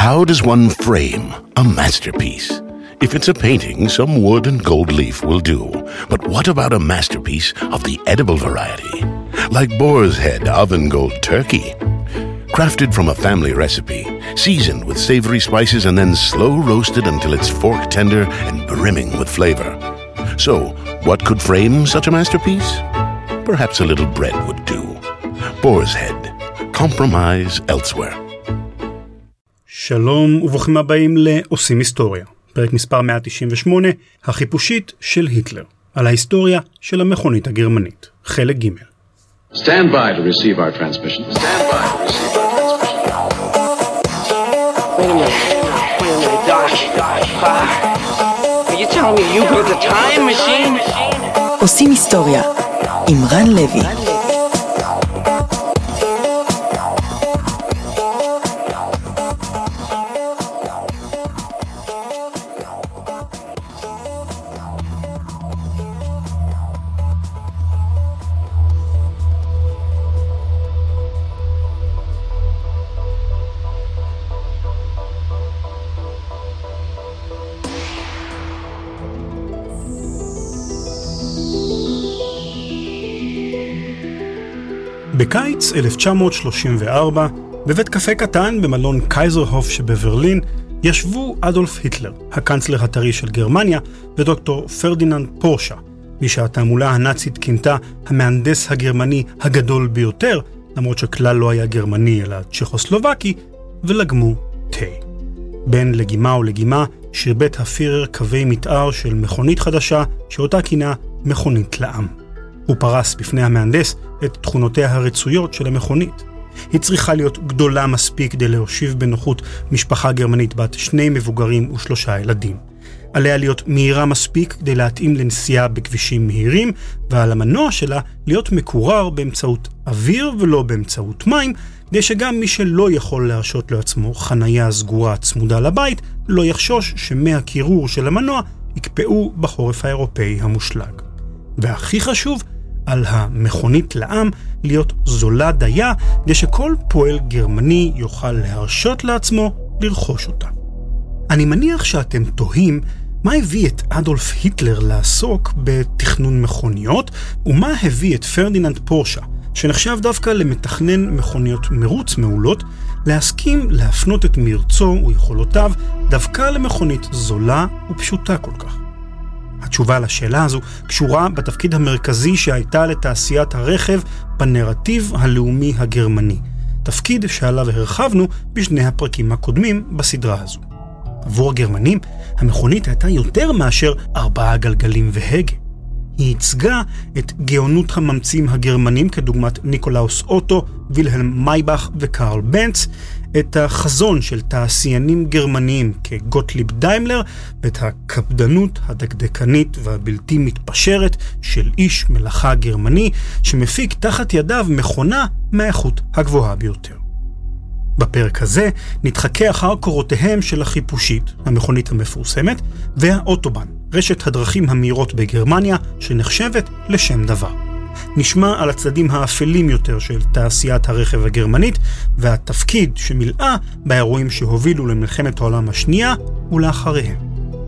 How does one frame a masterpiece? If it's a painting, some wood and gold leaf will do. But what about a masterpiece of the edible variety? Like Boar's Head oven gold turkey. Crafted from a family recipe, seasoned with savory spices and then slow roasted until it's fork tender and brimming with flavor. So, what could frame such a masterpiece? Perhaps a little bread would do. Boar's Head. Compromise elsewhere. שלום וברוכים הבאים לעושים היסטוריה. פרק מספר 198, החיפושית של היטלר. על ההיסטוריה של המכונית הגרמנית. חלק ג'. Stand by to receive our transmission. Stand by to receive our transmission. Wait a minute, Doc. Are you telling me you built a time machine? עושים היסטוריה עם רן לוי. בקיץ 1934, בבית קפה קטן במלון קייזרהוף שבברלין, ישבו אדולף היטלר, הקנצלר הטרי של גרמניה, ודוקטור פרדיננד פורשה, מי שהתעמולה הנאצית כינתה המהנדס הגרמני הגדול ביותר, למרות שכלל לא היה גרמני אלא צ'כוסלובקי, ולגמו תה. בין לגימה ולגימה שרבט הפירר קווי מתאר של מכונית חדשה, שאותה כינה מכונית לעם. הוא פרס בפני המהנדס את תכונותיה הרצויות של המכונית. היא צריכה להיות גדולה מספיק כדי להושיב בנוחות משפחה גרמנית בת 2 מבוגרים ו3 ילדים. עליה להיות מהירה מספיק כדי להתאים לנסיעה בכבישים מהירים, ועל המנוע שלה להיות מקורר באמצעות אוויר ולא באמצעות מים, כדי שגם מי שלא יכול להרשות לעצמו חנייה סגורה צמודה לבית, לא יחשוש שמהקירור של המנוע יקפאו בחורף האירופאי המושלג. והכי חשוב, על המכונית לעם להיות זולה דייה, כדי שכל פועל גרמני יוכל להרשות לעצמו לרכוש אותה. אני מניח שאתם תוהים מה הביא את אדולף היטלר לעסוק בתכנון מכוניות, ומה הביא את פרדיננד פורשה, שנחשב דווקא למתכנן מכוניות מרוץ מעולות, להסכים להפנות את מרצו ויכולותיו דווקא למכונית זולה ופשוטה כל כך. התשובה לשאלה הזו קשורה בתפקיד המרכזי שהייתה לתעשיית הרכב בנרטיב הלאומי הגרמני. תפקיד שעליו הרחבנו בשני הפרקים הקודמים בסדרה הזו. עבור הגרמנים, המכונית הייתה יותר מאשר 4 גלגלים והגה. היא ייצגה את גאונות הממציאים הגרמנים כדוגמת ניקולאוס אוטו, וילהלם מייבך וקרל בנץ, את החזון של תעשיינים גרמניים כגוטליב דיימלר, ואת הקפדנות הדקדקנית והבלתי מתפשרת של איש מלאכה גרמני שמפיק תחת ידיו מכונה מהאיכות הגבוהה ביותר. בפרק הזה נתחכה אחר קורותיהם של החיפושית, המכונית המפורסמת, והאוטובן, רשת הדרכים המהירות בגרמניה שנחשבת לשם דבר. נשמע על הצדדים האפלים יותר של תעשיית הרכב הגרמנית, והתפקיד שמילאה באירועים שהובילו למלחמת העולם השנייה ולאחריהם.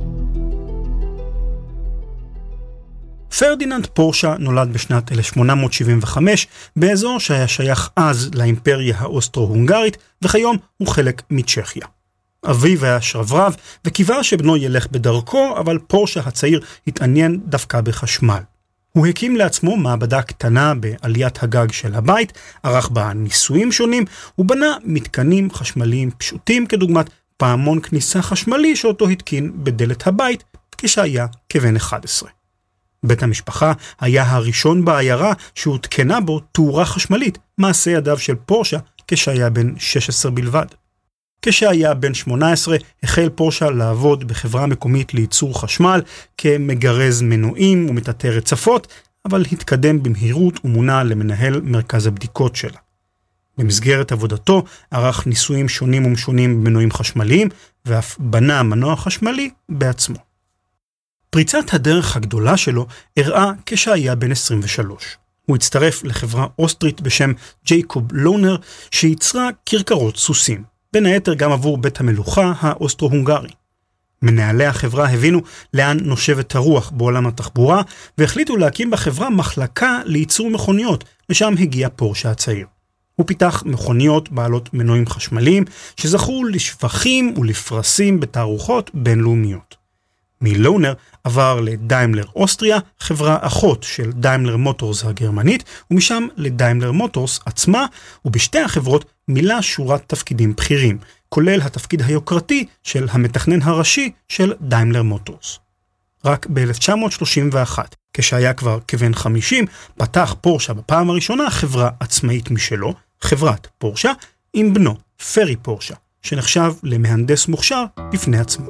פרדיננד פורשה נולד בשנת 1875 באזור שהיה שייך אז לאימפריה האוסטרו-הונגרית, וכיום הוא חלק מצ'כיה. אביו היה שרברב וקיווה שבנו ילך בדרכו, אבל פורשה הצעיר התעניין דווקא בחשמל. הוא הקים לעצמו מעבדה קטנה בעליית הגג של הבית, ערך בה ניסויים שונים, ובנה מתקנים חשמליים פשוטים כדוגמת פעמון כניסה חשמלי שאותו התקין בדלת הבית כשהיה כבן 11. בית המשפחה היה הראשון בעיירה שהותקנה בו תאורה חשמלית, מעשה ידיו של פורשה כשהיה בן 16 בלבד. כשהיה בן 18 החל פורשה לעבוד בחברה מקומית לייצור חשמל כמגרז מנועים ומטאטא רצפות, אבל התקדם במהירות ומונה למנהל מרכז הבדיקות שלה. במסגרת עבודתו ערך ניסויים שונים ומשונים במנועים חשמליים, ואף בנה מנוע חשמלי בעצמו. פריצת הדרך הגדולה שלו הראה כשהיה בן 23. הוא הצטרף לחברה אוסטרית בשם ג'ייקוב לונר, שייצרה כרכרות סוסים. בין היתר גם עבור בית המלוכה האוסטרו-הונגרי. מנהלי החברה הבינו לאן נושבת הרוח בעולם התחבורה, והחליטו להקים בחברה מחלקה לייצור מכוניות, לשם הגיע פורשה הצעיר. הוא פיתח מכוניות בעלות מנועים חשמליים, שזכו לשבחים ולפרסים בתערוכות בינלאומיות. מלונר עבר לדיימלר אוסטריה, חברה אחות של דיימלר מוטורס הגרמנית, ומשם לדיימלר מוטורס עצמה, ובשתי החברות מילא שורת תפקידים בכירים, כולל התפקיד היוקרתי של המתכנן הראשי של דיימלר מוטורס. רק ב-1931, כשהיה כבר כבן 50, פתח פורשה בפעם הראשונה חברה עצמאית משלו, חברת פורשה, עם בנו, פרי פורשה, שנחשב למהנדס מוכשר בפני עצמו.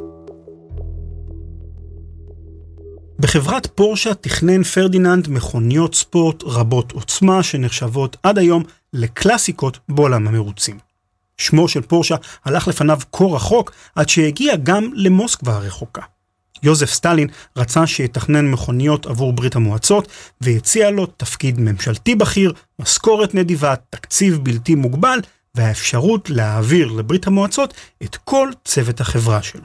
בחברת פורשה תכנן פרדיננד מכוניות ספורט רבות עוצמה שנחשבות עד היום לקלאסיקות בעולם המרוצים. שמו של פורשה הלך לפניו כה רחוק עד שהגיע גם למוסקבה הרחוקה. יוזף סטלין רצה שיתכנן מכוניות עבור ברית המועצות והציע לו תפקיד ממשלתי בכיר, משכורת נדיבה, תקציב בלתי מוגבל והאפשרות להעביר לברית המועצות את כל צוות החברה שלו.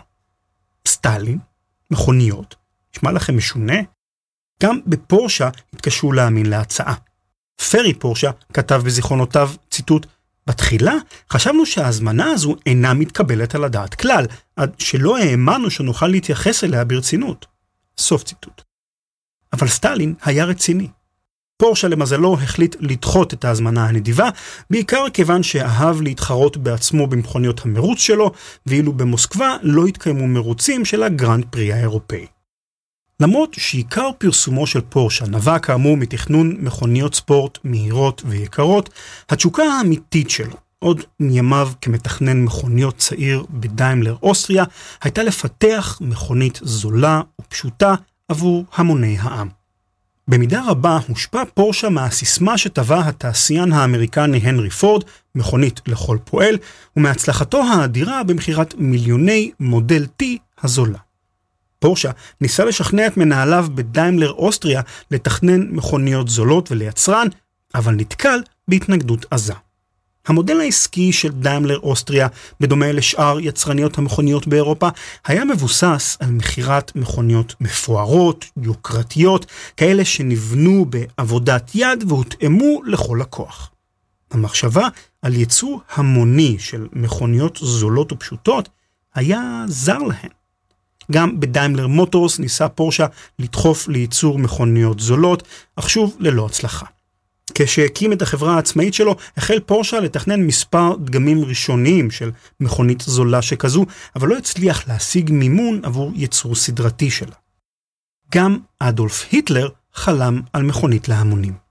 סטלין, מכוניות, נשמע לכם משונה? גם בפורשה התקשו להאמין להצעה. פרי פורשה כתב בזיכרונותיו, ציטוט, בתחילה חשבנו שההזמנה הזו אינה מתקבלת על הדעת כלל, עד שלא האמנו שנוכל להתייחס אליה ברצינות. סוף ציטוט. אבל סטלין היה רציני. פורשה למזלו החליט לדחות את ההזמנה הנדיבה, בעיקר כיוון שאהב להתחרות בעצמו במכוניות המרוץ שלו, ואילו במוסקבה לא התקיימו מרוצים של הגרנד פרי האירופאי. למרות שעיקר פרסומו של פורשה נבע כאמור מתכנון מכוניות ספורט מהירות ויקרות, התשוקה האמיתית שלו, עוד מימיו כמתכנן מכוניות צעיר בדיימלר אוסטריה, הייתה לפתח מכונית זולה ופשוטה עבור המוני העם. במידה רבה הושפע פורשה מהסיסמה שטבע התעשיין האמריקני הנרי פורד, מכונית לכל פועל, ומהצלחתו האדירה במחירת מיליוני מודל T הזולה. פורשה ניסה לשכנע את מנהליו בדיימלר אוסטריה לתכנן מכוניות זולות ולייצרן, אבל נתקל בהתנגדות עזה. המודל העסקי של דיימלר אוסטריה, בדומה לשאר יצרניות המכוניות באירופה, היה מבוסס על מחירת מכוניות מפוארות, יוקרתיות, כאלה שנבנו בעבודת יד והותאמו לכל לקוח. המחשבה על ייצור המוני של מכוניות זולות ופשוטות היה זר להן. גם בדיימלר מוטורס ניסה פורשה לדחוף לייצור מכוניות זולות, אך שוב ללא הצלחה. כשהקים את החברה העצמאית שלו, החל פורשה לתכנן מספר דגמים ראשוניים של מכונית זולה שכזו, אבל לא הצליח להשיג מימון עבור ייצור סדרתי שלה. גם אדולף היטלר חלם על מכונית להמונים.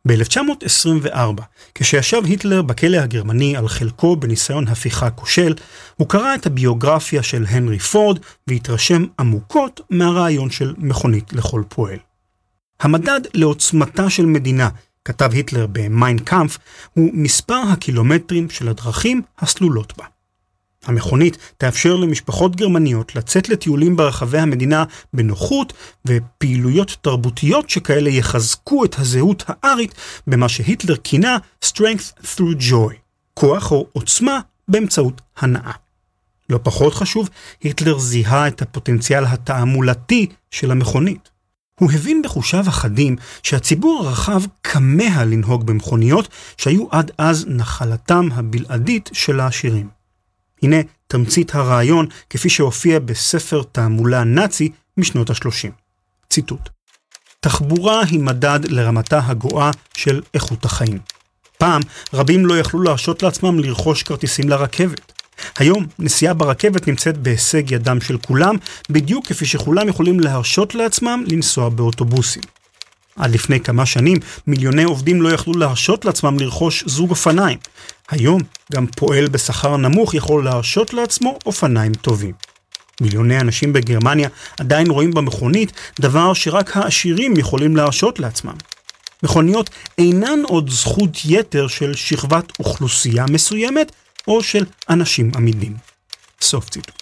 ב-1924, כשישב היטלר בכלא הגרמני על חלקו בניסיון הפיכה כושל, הוא קרא את הביוגרפיה של הנרי פורד והתרשם עמוקות מהרעיון של מכונית לכל פועל. המדד לעוצמתה של מדינה, כתב היטלר במיין קאמפף, הוא מספר הקילומטרים של הדרכים הסלולות בה. המכונית תאפשר למשפחות גרמניות לצאת לטיולים ברחבי המדינה בנוחות, ופעילויות תרבותיות שכאלה יחזקו את הזהות הארית במה שהיטלר כינה strength through joy, כוח או עוצמה באמצעות הנאה. לא פחות חשוב, היטלר זיהה את הפוטנציאל התעמולתי של המכונית. הוא הבין בחושיו אחדים שהציבור הרחב כמה לנהוג במכוניות שהיו עד אז נחלתם הבלעדית של העשירים. הנה תמצית הרעיון כפי שהופיע בספר תעמולה נאצי משנות ה-30. ציטוט: תחבורה היא מדד לרמתה הגואה של איכות החיים. פעם רבים לא יכלו להרשות לעצמם לרכוש כרטיסים לרכבת. היום נסיעה ברכבת נמצאת בהישג ידם של כולם, בדיוק כפי שכולם יכולים להרשות לעצמם לנסוע באוטובוסים. עד לפני כמה שנים מיליוני עובדים לא יכלו להרשות לעצמם לרכוש זוג אופניים. היום גם פועל בשכר נמוך יכול להרשות לעצמו אופניים טובים. מיליוני אנשים בגרמניה עדיין רואים במכונית דבר שרק העשירים יכולים להרשות לעצמם. מכוניות אינן עוד זכות יתר של שכבת אוכלוסייה מסוימת או של אנשים עמידים. סוף ציטוט.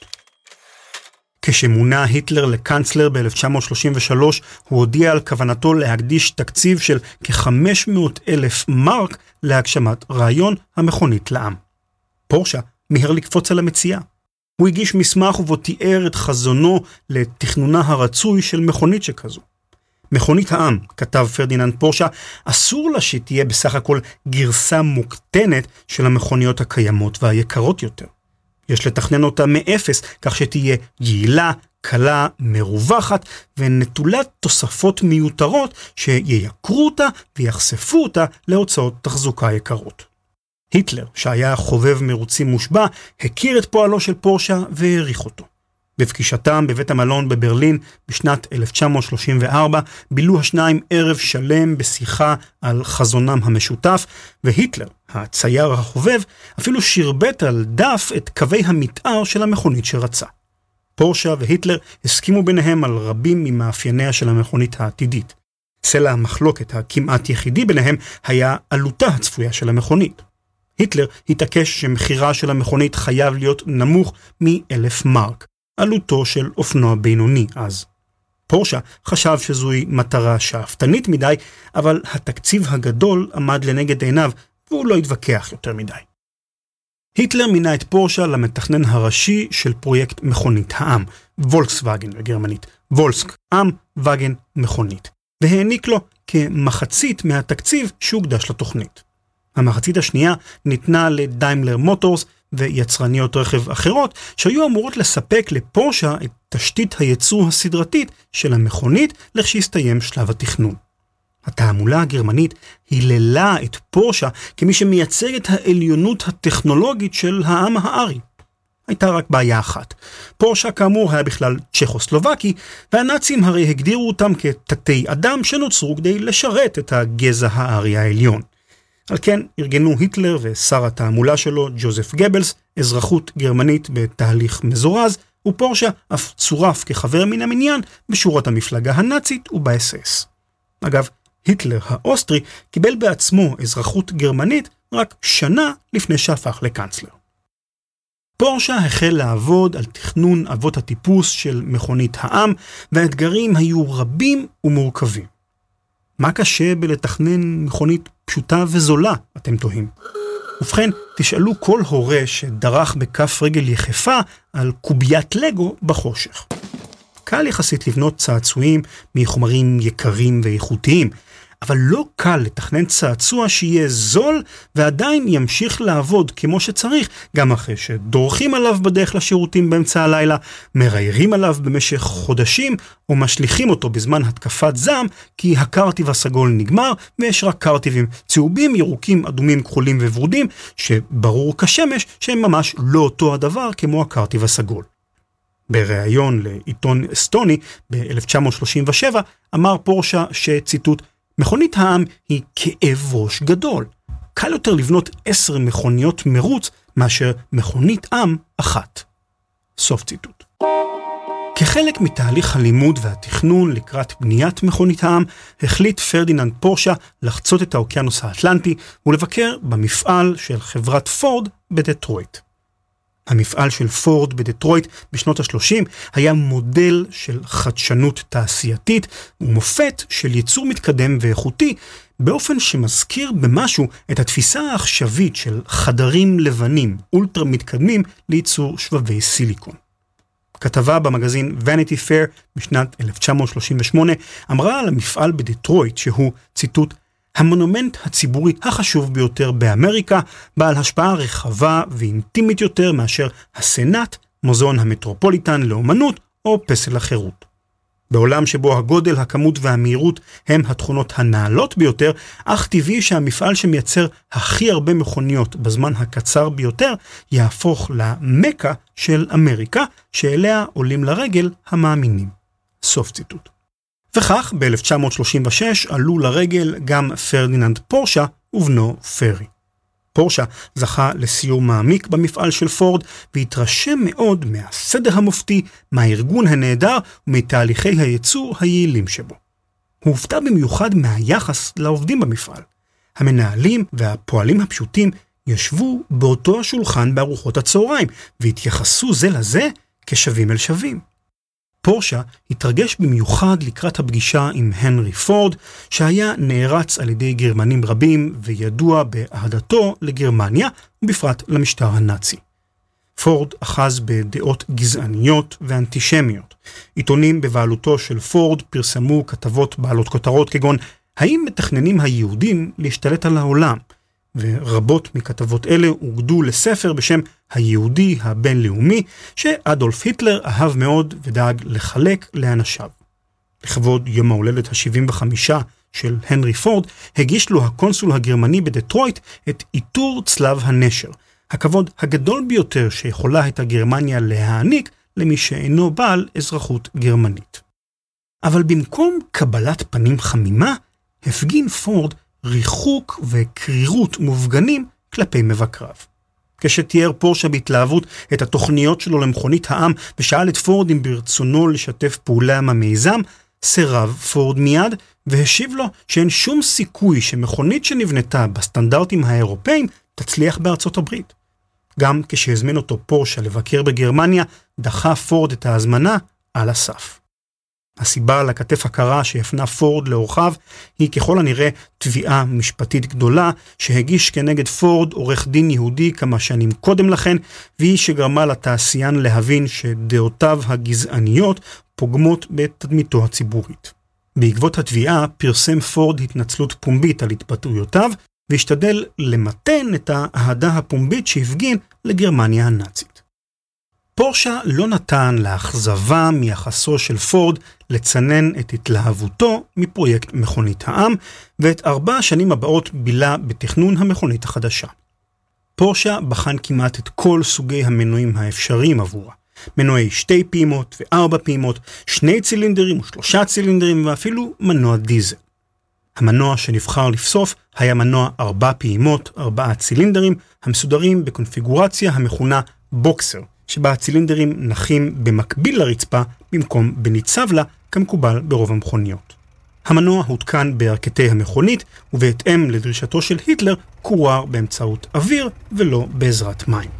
כשמונה היטלר לקנצלר ב-1933, הוא הודיע על כוונתו להקדיש תקציב של כ-500,000 מרק להגשמת רעיון המכונית לעם. פורשה מיהר לקפוץ על המציאה. הוא הגיש מסמך ובו תיאר את חזונו לתכנונה הרצוי של מכונית שכזו. מכונית העם, כתב פרדיננד פורשה, אסור לה שתהיה בסך הכל גרסה מוקטנת של המכוניות הקיימות והיקרות יותר. יש לתכנן אותה מאפס, כך שתהיה יעילה, קלה, מרווחת ונטולת תוספות מיותרות שייקרו אותה ויחשפו אותה להוצאות תחזוקה יקרות. היטלר, שהיה חובב מרוצים מושבע, הכיר את פועלו של פורשה והעריך אותו. בפגישתם בבית המלון בברלין בשנת 1934 בילו השניים ערב שלם בשיחה על חזונם המשותף, והיטלר, הצייר החובב, אפילו שרבט על דף את קווי המתאר של המכונית שרצה. פורשה והיטלר הסכימו ביניהם על רבים ממאפייניה של המכונית העתידית. סלע המחלוקת הכמעט יחידי ביניהם היה עלותה הצפויה של המכונית. היטלר התעקש שמחירה של המכונית חייב להיות נמוך מ1,000 מרק, עלותו של אופנוע בינוני אז. פורשה חשב שזוהי מטרה שאפתנית מדי, אבל התקציב הגדול עמד לנגד עיניו, והוא לא התווכח יותר מדי. היטלר מינה את פורשה למתכנן הראשי של פרויקט מכונית העם, וולקסווגן בגרמנית, וולסק, עם, וגן, מכונית, והעניק לו כמחצית מהתקציב שהוקדש לתוכנית. המחצית השנייה ניתנה לדיימלר מוטורס ויצרניות רכב אחרות, שהיו אמורות לספק לפורשה את תשתית הייצור הסדרתית של המכונית לכשיסתיים שלב התכנון. התעמולה הגרמנית היללה את פורשה כמי שמייצג את העליונות הטכנולוגית של העם הארי. הייתה רק בעיה אחת. פורשה כאמור היה בכלל צ'כוסלובקי, והנאצים הרי הגדירו אותם כתתי אדם שנוצרו כדי לשרת את הגזע הארי העליון. על כן ארגנו היטלר ושר התעמולה שלו, ג'וזף גבלס, אזרחות גרמנית בתהליך מזורז, ופורשה אף צורף כחבר מן המניין בשורות המפלגה הנאצית ובאס-אס. אגב, היטלר האוסטרי קיבל בעצמו אזרחות גרמנית רק שנה לפני שהפך לקנצלר. פורשה החל לעבוד על תכנון אבות הטיפוס של מכונית העם, והאתגרים היו רבים ומורכבים. מה קשה בלתכנן מכונית פשוטה וזולה, אתם תוהים? ובכן, תשאלו כל הורה שדרך בכף רגל יחפה על קוביית לגו בחושך. קל יחסית לבנות צעצועים מחומרים יקרים ואיכותיים, אבל לא קל לתכנן צעצוע שיהיה זול ועדיין ימשיך לעבוד כמו שצריך, גם אחרי שדורכים עליו בדרך לשירותים באמצע הלילה, מריירים עליו במשך חודשים, או משליכים אותו בזמן התקפת זעם, כי הקרטיב הסגול נגמר, ויש רק קרטיבים צהובים, ירוקים, אדומים, כחולים וורודים, שברור כשמש שהם ממש לא אותו הדבר כמו הקרטיב הסגול. בריאיון לעיתון אסטוני ב-1937 אמר פורשה שציטוט, מכונית העם היא כאב ראש גדול. קל יותר לבנות 10 מכוניות מרוץ מאשר מכונית עם אחת. סוף ציטוט. כחלק מתהליך הלימוד והתכנון לקראת בניית מכונית העם, החליט פרדיננד פורשה לחצות את האוקיינוס האטלנטי ולבקר במפעל של חברת פורד בדטרויט. המפעל של פורד בדטרויט בשנות ה-30 היה מודל של חדשנות תעשייתית ומופת של ייצור מתקדם ואיכותי, באופן שמזכיר במשהו את התפיסה העכשווית של חדרים לבנים אולטרה מתקדמים לייצור שבבי סיליקון. כתבה במגזין Vanity Fair בשנת 1938 אמרה על המפעל בדטרויט שהוא, ציטוט, המונומנט הציבורי החשוב ביותר באמריקה, בעל השפעה רחבה ואינטימית יותר מאשר הסנאט, מוזיאון המטרופוליטן לאומנות או פסל החירות. בעולם שבו הגודל, הכמות והמהירות הם התכונות הנעלות ביותר, אך טבעי שהמפעל שמייצר הכי הרבה מכוניות בזמן הקצר ביותר יהפוך למקה של אמריקה, שאליה עולים לרגל המאמינים. סוף ציטוט. וכך ב-1936 עלו לרגל גם פרדיננד פורשה ובנו פרי. פורשה זכה לסיור מעמיק במפעל של פורד והתרשם מאוד מהסדר המופתי, מהארגון הנהדר ומתהליכי הייצור היעילים שבו. הוא הופתע במיוחד מהיחס לעובדים במפעל. המנהלים והפועלים הפשוטים ישבו באותו השולחן בארוחות הצהריים והתייחסו זה לזה כשווים אל שווים. פורשה התרגש במיוחד לקראת הפגישה עם הנרי פורד, שהיה נערץ על ידי גרמנים רבים וידוע באהדתו לגרמניה, ובפרט למשטר הנאצי. פורד אחז בדעות גזעניות ואנטישמיות. עיתונים בבעלותו של פורד פרסמו כתבות בעלות כותרות כגון האם מתכננים היהודים להשתלט על העולם? ורבות מכתבות אלה הוגדו לספר בשם היהודי הבינלאומי שאדולף היטלר אהב מאוד ודאג לחלק לאנשיו. לכבוד יום ההולדת ה-75 של הנרי פורד הגיש לו הקונסול הגרמני בדטרויט את עיטור צלב הנשר, הכבוד הגדול ביותר שיכולה הייתה גרמניה להעניק למי שאינו בעל אזרחות גרמנית. אבל במקום קבלת פנים חמימה, הפגין פורד ריחוק וקרירות מופגנים כלפי מבקריו. כשתיאר פורשה בהתלהבות את התוכניות שלו למכונית העם ושאל את פורד אם ברצונו לשתף פעולה עם המיזם, סירב פורד מיד והשיב לו שאין שום סיכוי שמכונית שנבנתה בסטנדרטים האירופאים תצליח בארצות הברית. גם כשהזמין אותו פורשה לבקר בגרמניה, דחה פורד את ההזמנה על הסף. הסיבה לכתף הקרה שהפנה פורד לאורחיו היא ככל הנראה תביעה משפטית גדולה שהגיש כנגד פורד עורך דין יהודי כמה שנים קודם לכן, והיא שגרמה לתעשיין להבין שדעותיו הגזעניות פוגמות בתדמיתו הציבורית. בעקבות התביעה פרסם פורד התנצלות פומבית על התבטאויותיו, והשתדל למתן את האהדה הפומבית שהפגין לגרמניה הנאצית. פורשה לא נתן לאכזבה מיחסו של פורד לצנן את התלהבותו מפרויקט מכונית העם, ואת 4 השנים הבאות בילה בתכנון המכונית החדשה. פורשה בחן כמעט את כל סוגי המנועים האפשריים עבורה. מנועי 2 פעימות ו4 פעימות, 2 צילינדרים ו3 צילינדרים ואפילו מנוע דיזל. המנוע שנבחר לפסוף היה מנוע 4 פעימות, 4 צילינדרים, המסודרים בקונפיגורציה המכונה בוקסר, שבה הצילינדרים נחים במקביל לרצפה במקום בניצב לה כמקובל ברוב המכוניות. המנוע הותקן בערכתי המכונית ובהתאם לדרישתו של היטלר קורר באמצעות אוויר ולא בעזרת מים.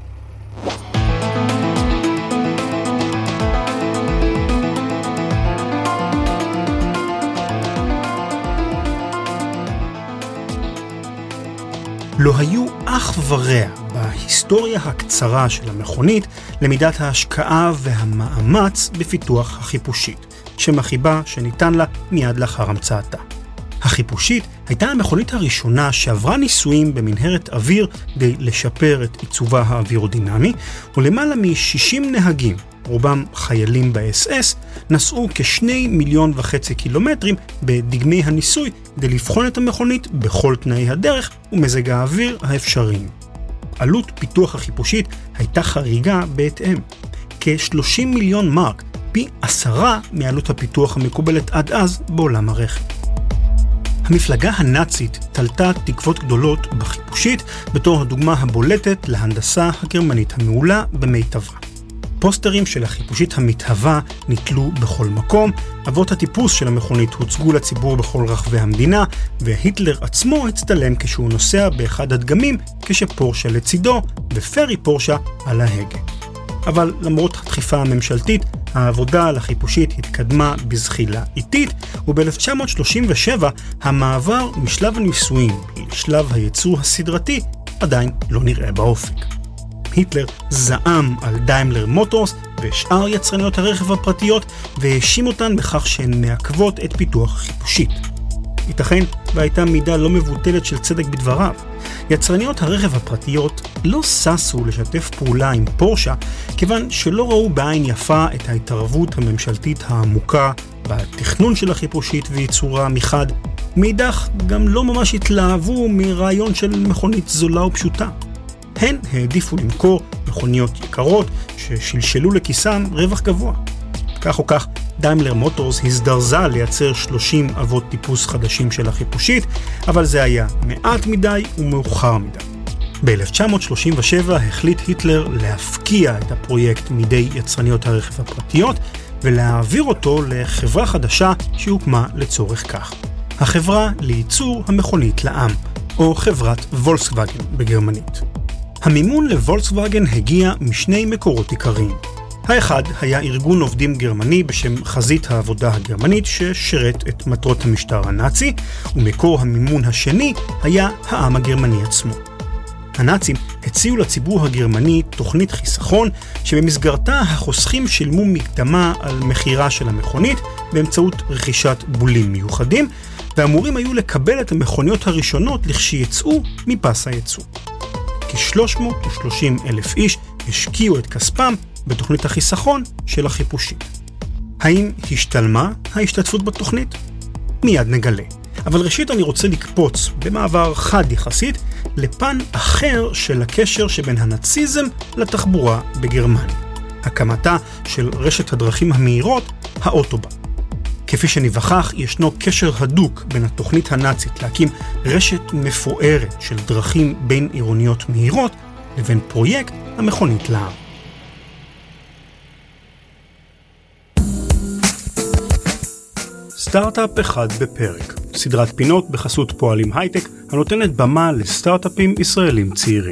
לא היו אח ורע בהיסטוריה הקצרה של המכונית למידת ההשקעה והמאמץ בפיתוח החיפושית, שם החיבה שניתן לה מיד לאחר המצאתה. החיפושית הייתה המכונית הראשונה שעברה ניסויים במנהרת אוויר כדי לשפר את עיצובה האווירודינמי, ולמעלה מ-60 נהגים, רובם חיילים ב-SS, נסעו כ2.5 מיליון קילומטרים בדגמי הניסוי כדי לבחון את המכונית בכל תנאי הדרך ומזג האוויר האפשריים. עלות פיתוח החיפושית הייתה חריגה בהתאם, כ-30 מיליון מרק, פי 10 מעלות הפיתוח המקובלת עד אז בעולם הרכב. המפלגה הנאצית תלתה תקוות גדולות בחיפושית בתור הדוגמה הבולטת להנדסה הגרמנית המעולה במיטבה. פוסטרים של החיפושית המתהווה נתלו בכל מקום, אבות הטיפוס של המכונית הוצגו לציבור בכל רחבי המדינה, והיטלר עצמו הצטלם כשהוא נוסע באחד הדגמים כשפורשה לצידו ופרי פורשה על ההגה. אבל למרות הדחיפה הממשלתית, העבודה על החיפושית התקדמה בזחילה איטית, וב-1937 המעבר משלב הניסויים לשלב הייצור הסדרתי עדיין לא נראה באופק. היטלר זעם על דיימלר מוטורס ושאר יצרניות הרכב הפרטיות והאשים אותן בכך שהן מעכבות את פיתוח החיפושית. ייתכן והייתה מידה לא מבוטלת של צדק בדבריו. יצרניות הרכב הפרטיות לא ססו לשתף פעולה עם פורשה כיוון שלא ראו בעין יפה את ההתערבות הממשלתית העמוקה בתכנון של החיפושית וייצורה מחד, מאידך גם לא ממש התלהבו מרעיון של מכונית זולה ופשוטה. הן העדיפו למכור מכוניות יקרות ששלשלו לכיסם רווח גבוה. כך או כך, דיימלר מוטורס הזדרזה לייצר 30 אבות טיפוס חדשים של החיפושית, אבל זה היה מעט מדי ומאוחר מדי. ב-1937 החליט היטלר להפקיע את הפרויקט מידי יצרניות הרכב הפרטיות ולהעביר אותו לחברה חדשה שהוקמה לצורך כך. החברה לייצור המכונית לעם, או חברת וולקסווגן בגרמנית. המימון לוולקסווגן הגיע משני מקורות עיקריים. האחד היה ארגון עובדים גרמני בשם חזית העבודה הגרמנית ששירת את מטרות המשטר הנאצי, ומקור המימון השני היה העם הגרמני עצמו. הנאצים הציעו לציבור הגרמני תוכנית חיסכון שבמסגרתה החוסכים שילמו מקדמה על מחירה של המכונית באמצעות רכישת בולים מיוחדים, ואמורים היו לקבל את המכוניות הראשונות לכשיצאו מפס הייצור. כ-330,000 איש השקיעו את כספם בתוכנית החיסכון של החיפושית. האם השתלמה ההשתתפות בתוכנית? מיד נגלה. אבל ראשית אני רוצה לקפוץ במעבר חד יחסית לפן אחר של הקשר שבין הנאציזם לתחבורה בגרמניה. הקמתה של רשת הדרכים המהירות, האוטובאן. כפי שנבחך, ישנו קשר הדוק בין התוכנית הנאצית להקים רשת מפוארת של דרכים בין עירוניות מהירות לבין פרויקט המכונית לעם. סטארט-אפ אחד בפרק, סדרת פינות בחסות פועלים הייטק הנותנת במה לסטארט-אפים ישראלים צעירים.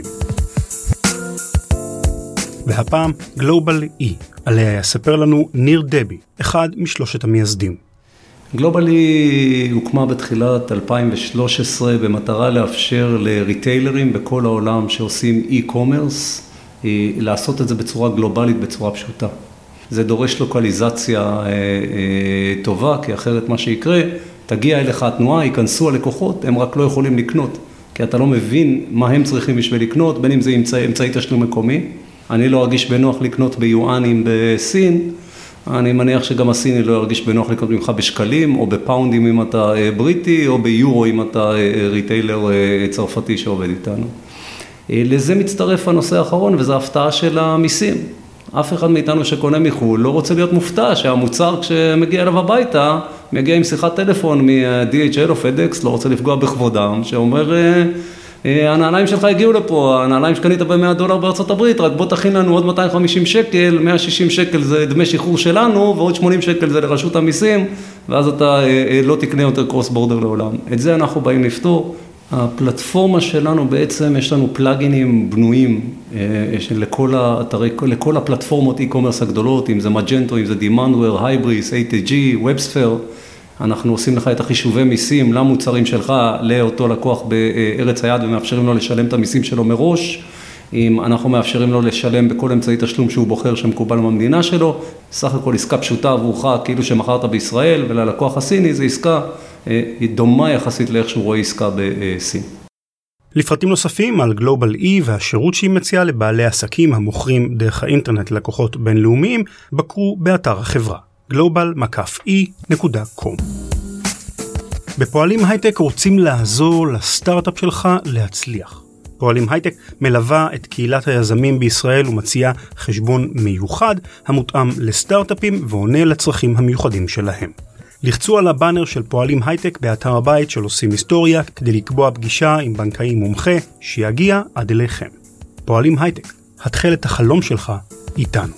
והפעם גלובל אי, עליה יספר לנו ניר דבי, אחד משלושת המייסדים. גלובל אי הוקמה בתחילת 2013 במטרה לאפשר לריטיילרים בכל העולם שעושים אי-קומרס לעשות את זה בצורה גלובלית, בצורה פשוטה. זה דורש לוקליזציה טובה, כי אחרת מה שיקרה, תגיע אליך התנועה, ייכנסו הלקוחות, הם רק לא יכולים לקנות, כי אתה לא מבין מה הם צריכים בשביל לקנות, בין אם זה אמצעי תשלום מקומי. אני לא ארגיש בנוח לקנות ביואנים בסין, אני מניח שגם הסיני לא ירגיש בנוח לקנות ממך בשקלים, או בפאונדים אם אתה בריטי, או ביורו אם אתה ריטיילר צרפתי שעובד איתנו. לזה מצטרף הנושא האחרון, וזה ההפתעה של המיסים. אף אחד מאיתנו שקונה מחול לא רוצה להיות מופתע שהמוצר כשמגיע אליו הביתה, מגיע עם שיחת טלפון מ-DHL או FedEx, לא רוצה לפגוע בכבודם, שאומר, הנעליים שלך הגיעו לפה, הנעליים שקנית ב$100 בארצות הברית, רק בוא תכין לנו עוד 250 שקל, 160 שקל זה דמי שחרור שלנו, ועוד 80 שקל זה לרשות המיסים, ואז אתה לא תקנה יותר קרוס בורדר לעולם. את זה אנחנו באים לפתור. הפלטפורמה שלנו בעצם, יש לנו פלאגינים בנויים לכל הפלטפורמות e-commerce הגדולות, אם זה מג'נטו, אם זה דימנדוור, הייבריס, ATG, ובספר. אנחנו עושים לך את החישובי מיסים למוצרים שלך, לאותו לקוח בארץ היעד, ומאפשרים לו לשלם את המיסים שלו מראש. אם אנחנו מאפשרים לו לשלם בכל אמצעי תשלום שהוא בוחר שמקובל במדינה שלו, סך הכל עסקה פשוטה עבורך, כאילו שמכרת בישראל, וללקוח הסיני זה עסקה דומה יחסית לאיך שהוא רואה עסקה בסין. לפרטים נוספים על גלובל אי והשירות שהיא מציעה לבעלי עסקים המוכרים דרך האינטרנט ללקוחות בינלאומיים, בקרו באתר החברה global-e.com. בפועלים הייטק רוצים לעזור לסטארט-אפ שלך להצליח. פועלים הייטק מלווה את קהילת היזמים בישראל ומציעה חשבון מיוחד המותאם לסטארט-אפים ועונה לצרכים המיוחדים שלהם. לחצו על הבאנר של פועלים הייטק באתר הבית של עושים היסטוריה כדי לקבוע פגישה עם בנקאי מומחה שיגיע עד אליכם. פועלים הייטק, התחל את החלום שלך איתנו.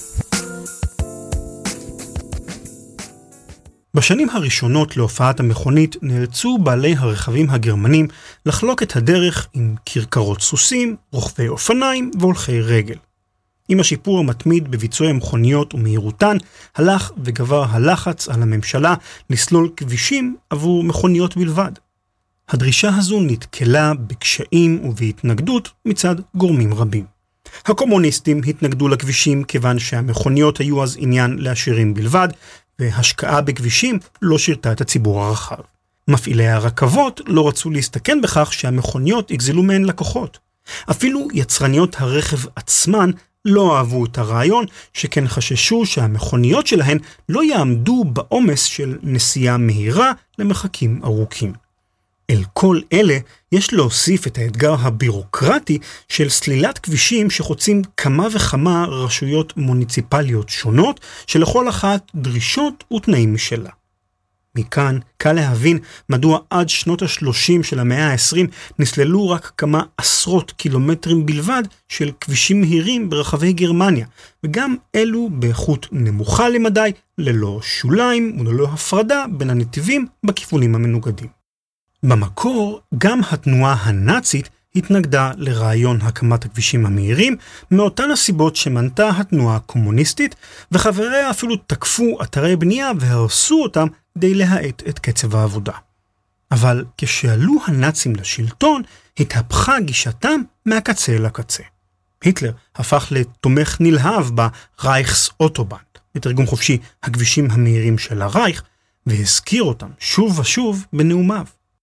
בשנים הראשונות להופעת המכונית נאלצו בעלי הרכבים הגרמנים לחלוק את הדרך עם כרכרות סוסים, רוכבי אופניים והולכי רגל. עם השיפור המתמיד בביצועי המכוניות ומהירותן, הלך וגבר הלחץ על הממשלה לסלול כבישים עבור מכוניות בלבד. הדרישה הזו נתקלה בקשיים ובהתנגדות מצד גורמים רבים. הקומוניסטים התנגדו לכבישים כיוון שהמכוניות היו אז עניין לעשירים בלבד, והשקעה בכבישים לא שירתה את הציבור הרחב. מפעילי הרכבות לא רצו להסתכן בכך שהמכוניות יגזלו מהן לקוחות. אפילו יצרניות הרכב עצמן לא אהבו את הרעיון, שכן חששו שהמכוניות שלהן לא יעמדו בעומס של נסיעה מהירה למרחקים ארוכים. אל כל אלה יש להוסיף את האתגר הבירוקרטי של סלילת כבישים שחוצים כמה וכמה רשויות מוניציפליות שונות, שלכל אחת דרישות ותנאים משלה. מכאן קל להבין מדוע עד שנות ה-30 של המאה ה-20 נסללו רק כמה עשרות קילומטרים בלבד של כבישים מהירים ברחבי גרמניה, וגם אלו באיכות נמוכה למדי, ללא שוליים וללא הפרדה בין הנתיבים בכיוונים המנוגדים. במקור, גם התנועה הנאצית התנגדה לרעיון הקמת הכבישים המהירים, מאותן הסיבות שמנתה התנועה הקומוניסטית, וחבריה אפילו תקפו אתרי בנייה והרסו אותם כדי להאט את קצב העבודה. אבל כשעלו הנאצים לשלטון, התהפכה גישתם מהקצה לקצה. היטלר הפך לתומך נלהב ברייכס אוטובאן, בתרגום חופשי הכבישים המהירים של הרייך, והזכיר אותם שוב ושוב בנאומיו.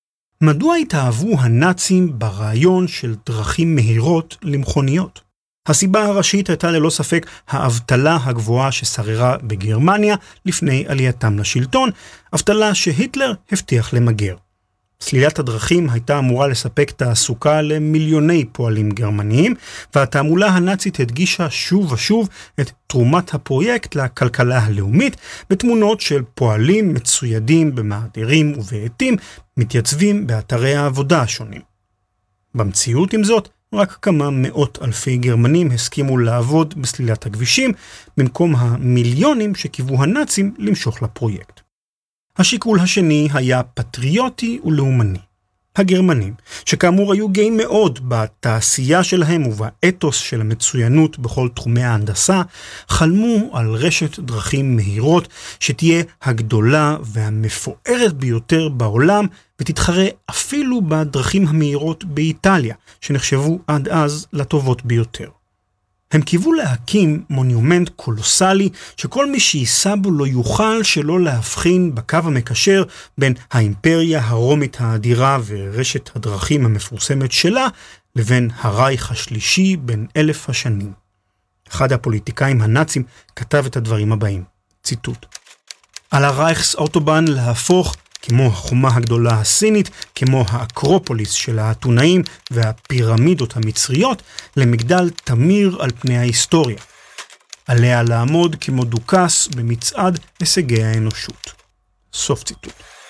מדוע התאהבו הנאצים ברעיון של דרכים מהירות למכוניות? הסיבה הראשית הייתה ללא ספק האבטלה הגבוהה ששררה בגרמניה לפני עלייתם לשלטון, אבטלה שהיטלר הבטיח למגר. סלילת הדרכים הייתה אמורה לספק תעסוקה למיליוני פועלים גרמניים, והתעמולה הנאצית הדגישה שוב ושוב את תרומת הפרויקט לכלכלה הלאומית, בתמונות של פועלים מצוידים במאדירים ובעטים, מתייצבים באתרי העבודה השונים. במציאות עם זאת, רק כמה מאות אלפי גרמנים הסכימו לעבוד בסלילת הכבישים, במקום המיליונים שקיוו הנאצים למשוך לפרויקט. השיקול השני היה פטריוטי ולאומני. הגרמנים, שכאמור היו גאים מאוד בתעשייה שלהם ובאתוס של המצוינות בכל תחומי ההנדסה, חלמו על רשת דרכים מהירות שתהיה הגדולה והמפוארת ביותר בעולם, ותתחרה אפילו בדרכים המהירות באיטליה, שנחשבו עד אז לטובות ביותר. הם קיוו להקים מונומנט קולוסלי שכל מי שייסע בו לא יוכל שלא להבחין בקו המקשר בין האימפריה הרומית האדירה ורשת הדרכים המפורסמת שלה לבין הרייך השלישי בין 1000 השנים. אחד הפוליטיקאים הנאצים כתב את הדברים הבאים, ציטוט: על הרייכס אוטובאן להפוך כמו החומה הגדולה הסינית, כמו האקרופוליס של האתונאים והפירמידות המצריות, למגדל תמיר על פני ההיסטוריה. עליה לעמוד כמו דוכס במצעד הישגי האנושות. סוף ציטוט.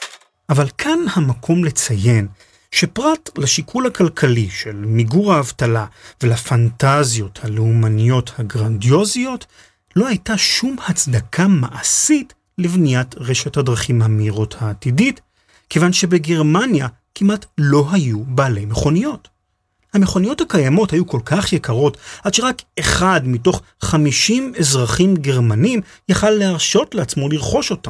אבל כאן המקום לציין שפרט לשיקול הכלכלי של מיגור האבטלה ולפנטזיות הלאומניות הגרנדיוזיות, לא הייתה שום הצדקה מעשית לבניית רשת הדרכים המהירות העתידית, כיוון שבגרמניה כמעט לא היו בעלי מכוניות. המכוניות הקיימות היו כל כך יקרות, עד שרק אחד מתוך 50 אזרחים גרמנים יכל להרשות לעצמו לרכוש אותן.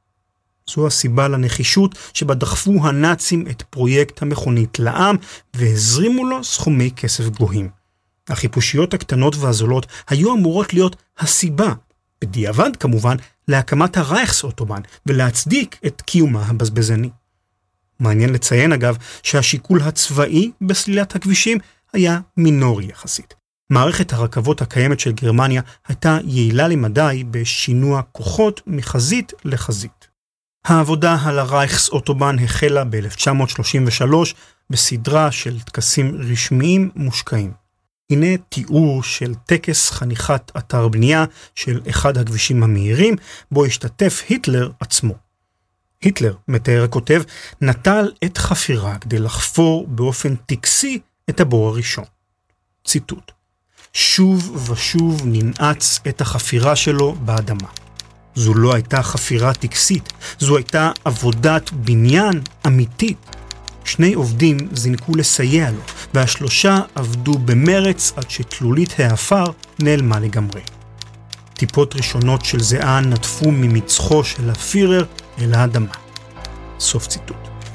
זו הסיבה לנחישות שבה דחפו הנאצים את פרויקט המכונית לעם, והזרימו לו סכומי כסף גבוהים. החיפושיות הקטנות והזולות היו אמורות להיות הסיבה, בדיעבד כמובן, להקמת הרייכס אוטובאן ולהצדיק את קיומה הבזבזני. מעניין לציין אגב שהשיקול הצבאי בסלילת הכבישים היה מינורי יחסית. מערכת הרכבות הקיימת של גרמניה הייתה יעילה למדי בשינוע כוחות מחזית לחזית. העבודה על הרייכס אוטובאן החלה ב-1933 בסדרה של טקסים רשמיים מושקעים. הנה תיאור של טקס חניכת אתר בנייה של אחד הכבישים המהירים, בו השתתף היטלר עצמו. היטלר, מתאר הכותב, נטל את חפירה כדי לחפור באופן טקסי את הבור הראשון. ציטוט: שוב ושוב ננעץ את החפירה שלו באדמה. זו לא הייתה חפירה טקסית, זו הייתה עבודת בניין אמיתית. 2 עובדים זינקו לסייע לו, והשלושה עבדו במרץ עד שתלולית העפר נעלמה לגמרי. טיפות ראשונות של זיעה נטפו ממצחו של הפירר אל האדמה. סוף ציטוט.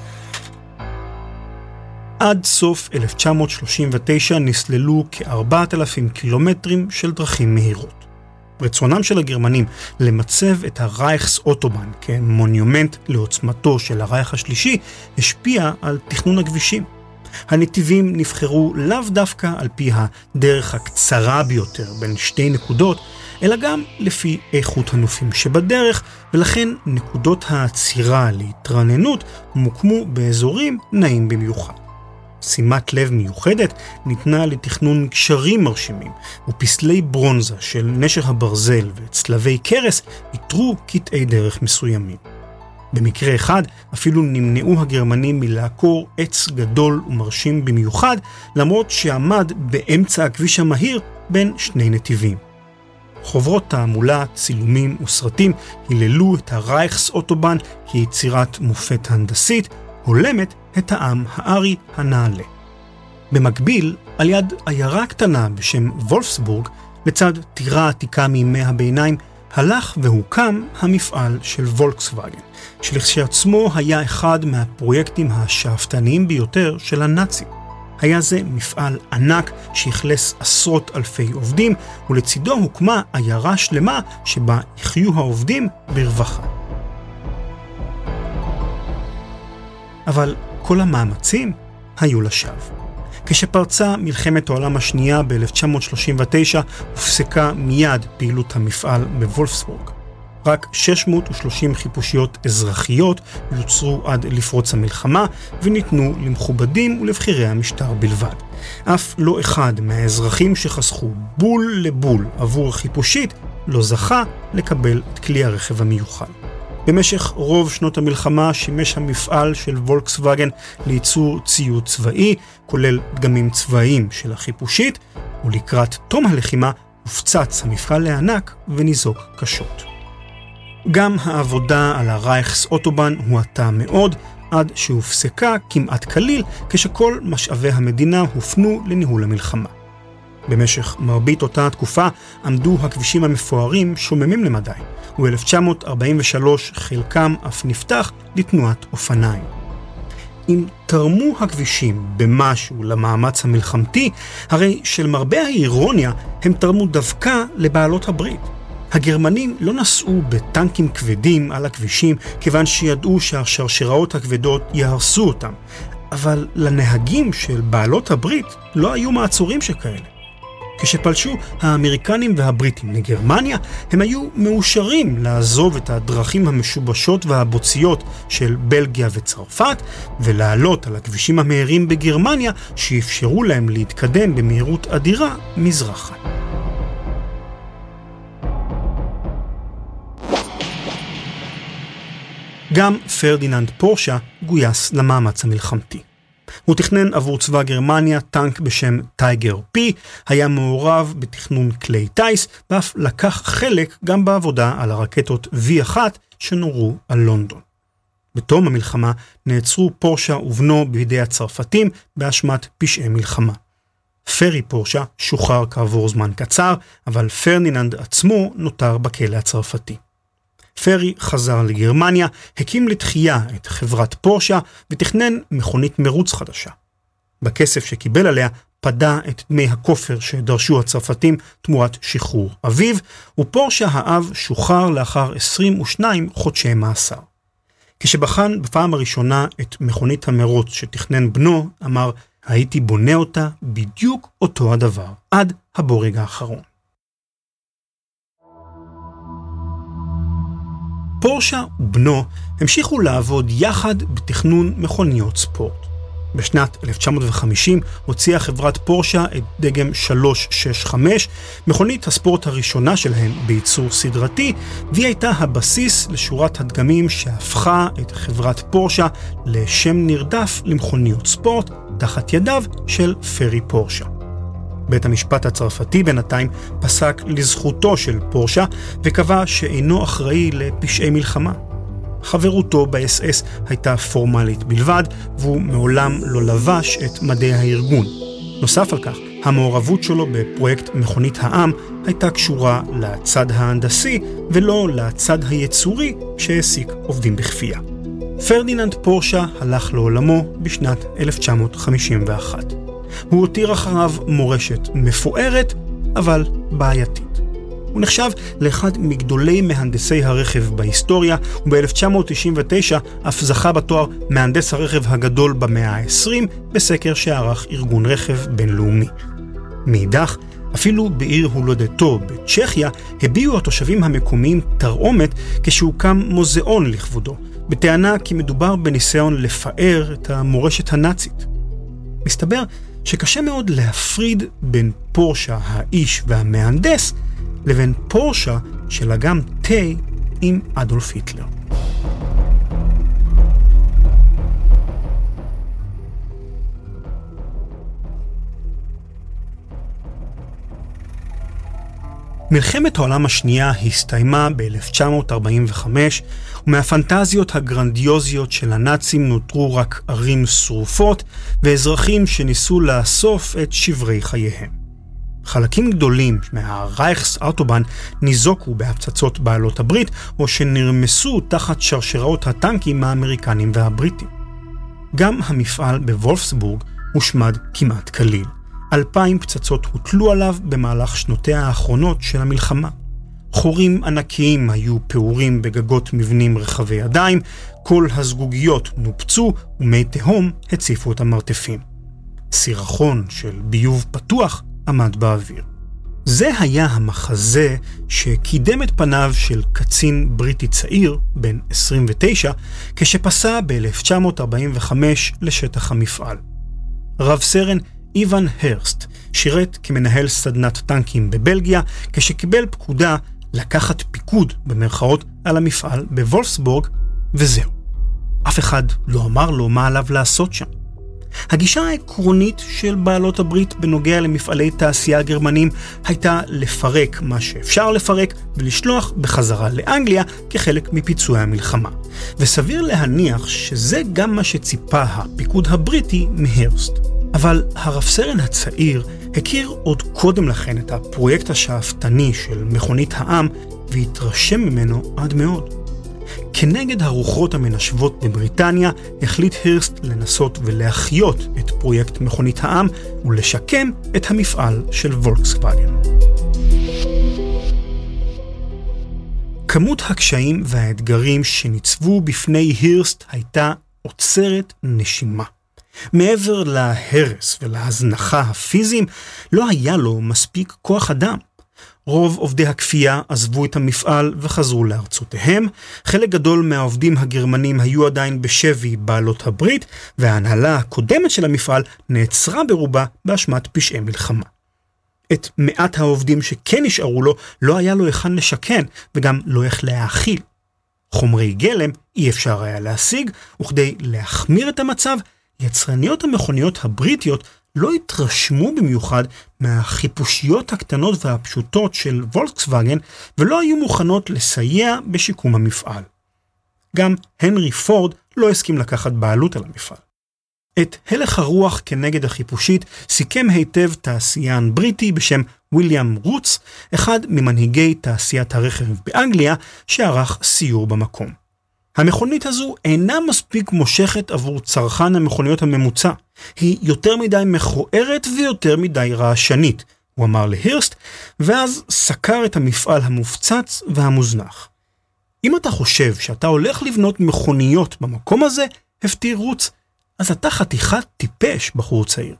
עד סוף 1939 נסללו כ-4,000 קילומטרים של דרכים מהירות. רצונם של הגרמנים למצב את הרייכס אוטובאן כמונומנט לעוצמתו של הרייך השלישי השפיע על תכנון הכבישים. הנתיבים נבחרו לאו דווקא על פי הדרך הקצרה ביותר בין 2 נקודות, אלא גם לפי איכות הנופים שבדרך, ולכן נקודות העצירה להתרעננות מוקמו באזורים נעים במיוחד. שימת לב מיוחדת ניתנה לתכנון גשרים מרשימים, ופסלי ברונזה של נשר הברזל וצלבי קרס יתרו קטעי דרך מסוימים. במקרה אחד אפילו נמנעו הגרמנים מלעקור עץ גדול ומרשים במיוחד, למרות שעמד באמצע הכביש המהיר בין 2 נתיבים. חוברות תעמולה, צילומים וסרטים היללו את הרייכס אוטובאן כיצירת מופת הנדסית, הולמת את העם הארי הנעלה. במקביל, על יד עיירה קטנה בשם וולפסבורג, לצד טירה עתיקה מימי הביניים, הלך והוקם המפעל של וולקסווגן, שלכשעצמו היה אחד מהפרויקטים השאפתניים ביותר של הנאצים. היה זה מפעל ענק שהכלס עשרות אלפי עובדים, ולצידו הוקמה עיירה שלמה שבה יחיו העובדים ברווחה. אבל כל המאמצים היו לשווא. כשפרצה מלחמת העולם השנייה ב-1939, הופסקה מיד פעילות המפעל בוולפסבורג. רק 630 חיפושיות אזרחיות יוצרו עד לפרוץ המלחמה, וניתנו למכובדים ולבחירי המשטר בלבד. אף לא אחד מהאזרחים שחסכו בול לבול עבור חיפושית לא זכה לקבל את כלי הרכב המיוחד. במשך רוב שנות המלחמה שימש המפעל של וולקסווגן לייצור ציוד צבאי, כולל דגמים צבאיים של החיפושית, ולקראת תום הלחימה הופצץ המפעל לענק וניזוק קשות. גם העבודה על הרייכס אוטובן הואטה מאוד, עד שהופסקה כמעט כליל כשכל משאבי המדינה הופנו לניהול המלחמה. במשך מרבית אותה התקופה עמדו הכבישים המפוארים שוממים למדי, וב-1943 חלקם אף נפתח לתנועת אופניים. אם תרמו הכבישים במשהו למאמץ המלחמתי, הרי של מרבה האירוניה הם תרמו דווקא לבעלות הברית. הגרמנים לא נסעו בטנקים כבדים על הכבישים כיוון שידעו שהשרשראות הכבדות יהרסו אותם, אבל לנהגים של בעלות הברית לא היו מעצורים שכאלה. כשפלשו האמריקנים והבריטים לגרמניה, הם היו מאושרים לעזוב את הדרכים המשובשות והבוציות של בלגיה וצרפת, ולעלות על הכבישים המהירים בגרמניה שאפשרו להם להתקדם במהירות אדירה מזרחה. גם פרדיננד פורשה גויס למאמץ המלחמתי. הוא תכנן עבור צבא גרמניה טנק בשם טייגר פי, היה מעורב בתכנון כלי טייס, ואף לקח חלק גם בעבודה על הרקטות V1 שנורו על לונדון. בתום המלחמה נעצרו פורשה ובנו בידי הצרפתים באשמת פשעי מלחמה. פרי פורשה שוחרר כעבור זמן קצר, אבל פרדיננד עצמו נותר בכלא הצרפתי. פרי חזר לגרמניה, הקים לתחייה את חברת פורשה ותכנן מכונית מרוץ חדשה. בכסף שקיבל עליה פדה את דמי הכופר שדרשו הצרפתים תמורת שחרור אביו, ופורשה האב שוחרר לאחר 22 חודשי מאסר. כשבחן בפעם הראשונה את מכונית המרוץ שתכנן בנו, אמר, הייתי בונה אותה בדיוק אותו הדבר, עד הבורג האחרון. פורשה ובנו המשיכו לעבוד יחד בתכנון מכוניות ספורט. בשנת 1950 הוציאה חברת פורשה את דגם 365, מכונית הספורט הראשונה שלהם בייצור סדרתי, והיא הייתה הבסיס לשורת הדגמים שהפכה את חברת פורשה לשם נרדף למכוניות ספורט תחת ידיו של פרי פורשה. בית המשפט הצרפתי בינתיים פסק לזכותו של פורשה וקבע שאינו אחראי לפשעי מלחמה. חברותו ב-SS הייתה פורמלית בלבד, והוא מעולם לא לבש את מדי הארגון. נוסף על כך, המעורבות שלו בפרויקט מכונית העם הייתה קשורה לצד ההנדסי ולא לצד היצורי שהעסיק עובדים בכפייה. פרדיננד פורשה הלך לעולמו בשנת 1951. הוא הותיר אחריו מורשת מפוארת, אבל בעייתית. הוא נחשב לאחד מגדולי מהנדסי הרכב בהיסטוריה, וב-1999 אף זכה בתואר מהנדס הרכב הגדול במאה ה-20 בסקר שערך ארגון רכב בינלאומי. מאידך, אפילו בעיר הולדתו בצ'כיה הביעו התושבים המקומיים תרעומת כשהוקם מוזיאון לכבודו, בטענה כי מדובר בניסיון לפאר את המורשת הנאצית. מסתבר שקשה מאוד להפריד בין פורשה האיש והמהנדס לבין פורשה של אגם תה עם אדולף היטלר. מלחמת העולם השנייה הסתיימה ב-1945, ומהפנטזיות הגרנדיוזיות של הנאצים נותרו רק ערים שרופות ואזרחים שניסו לאסוף את שברי חייהם. חלקים גדולים מהרייכס אוטובן ניזוקו בהפצצות בעלות הברית או שנרמסו תחת שרשראות הטנקים האמריקנים והבריטים. גם המפעל בוולפסבורג הושמד כמעט כליל. 2,000 פצצות הוטלו עליו במהלך שנותיה האחרונות של המלחמה. חורים ענקיים היו פעורים בגגות מבנים רחבי ידיים, כל הזגוגיות נופצו ומי תהום הציפו את המרתפים. סירחון של ביוב פתוח עמד באוויר. זה היה המחזה שקידם את פניו של קצין בריטי צעיר, בן 29, כשפסע ב-1945 לשטח המפעל. רב סרן איוון הרסט שירת כמנהל סדנת טנקים בבלגיה, כשקיבל פקודה לקחת פיקוד במרכאות על המפעל בוולפסבורג, וזהו. אף אחד לא אמר לו מה עליו לעשות שם. הגישה העקרונית של בעלות הברית בנוגע למפעלי תעשייה גרמנים הייתה לפרק מה שאפשר לפרק ולשלוח בחזרה לאנגליה כחלק מפיצוי המלחמה. וסביר להניח שזה גם מה שציפה הפיקוד הבריטי מהרסט. אבל הרב סרן הצעיר הכיר עוד קודם לכן את הפרויקט השאפתני של מכונית העם והתרשם ממנו עד מאוד. כנגד הרוחות המנשבות בבריטניה, החליט הרסט לנסות ולהחיות את פרויקט מכונית העם ולשקם את המפעל של וולקסווגן. כמות הקשיים והאתגרים שניצבו בפני הרסט הייתה עוצרת נשימה. מעבר להרס ולהזנחה הפיזיים, לא היה לו מספיק כוח אדם. רוב עובדי הכפייה עזבו את המפעל וחזרו לארצותיהם. חלק גדול מהעובדים הגרמנים היו עדיין בשבי בעלות הברית, וההנהלה הקודמת של המפעל נעצרה ברובה באשמת פשעי מלחמה. את מעט העובדים שכן נשארו לו, לא היה לו היכן לשכן, וגם לא איך להאכיל. חומרי גלם אי אפשר היה להשיג, וכדי להחמיר את המצב, יצרניות המכוניות הבריטיות לא התרשמו במיוחד מהחיפושיות הקטנות והפשוטות של וולקסווגן, ולא היו מוכנות לסייע בשיקום המפעל. גם הנרי פורד לא הסכים לקחת בעלות על המפעל. את הלך הרוח כנגד החיפושית סיכם היטב תעשיין בריטי בשם וויליאם רוץ, אחד ממנהיגי תעשיית הרכב באנגליה שערך סיור במקום. המכונית הזו אינה מספיק מושכת עבור צרכן המכוניות הממוצע. היא יותר מדי מכוערת ויותר מדי רעשנית, הוא אמר להרסט, ואז סקר את המפעל המופצץ והמוזנח. אם אתה חושב שאתה הולך לבנות מכוניות במקום הזה, הפתיע רוץ, אז אתה חתיכת טיפש, בחור צעיר.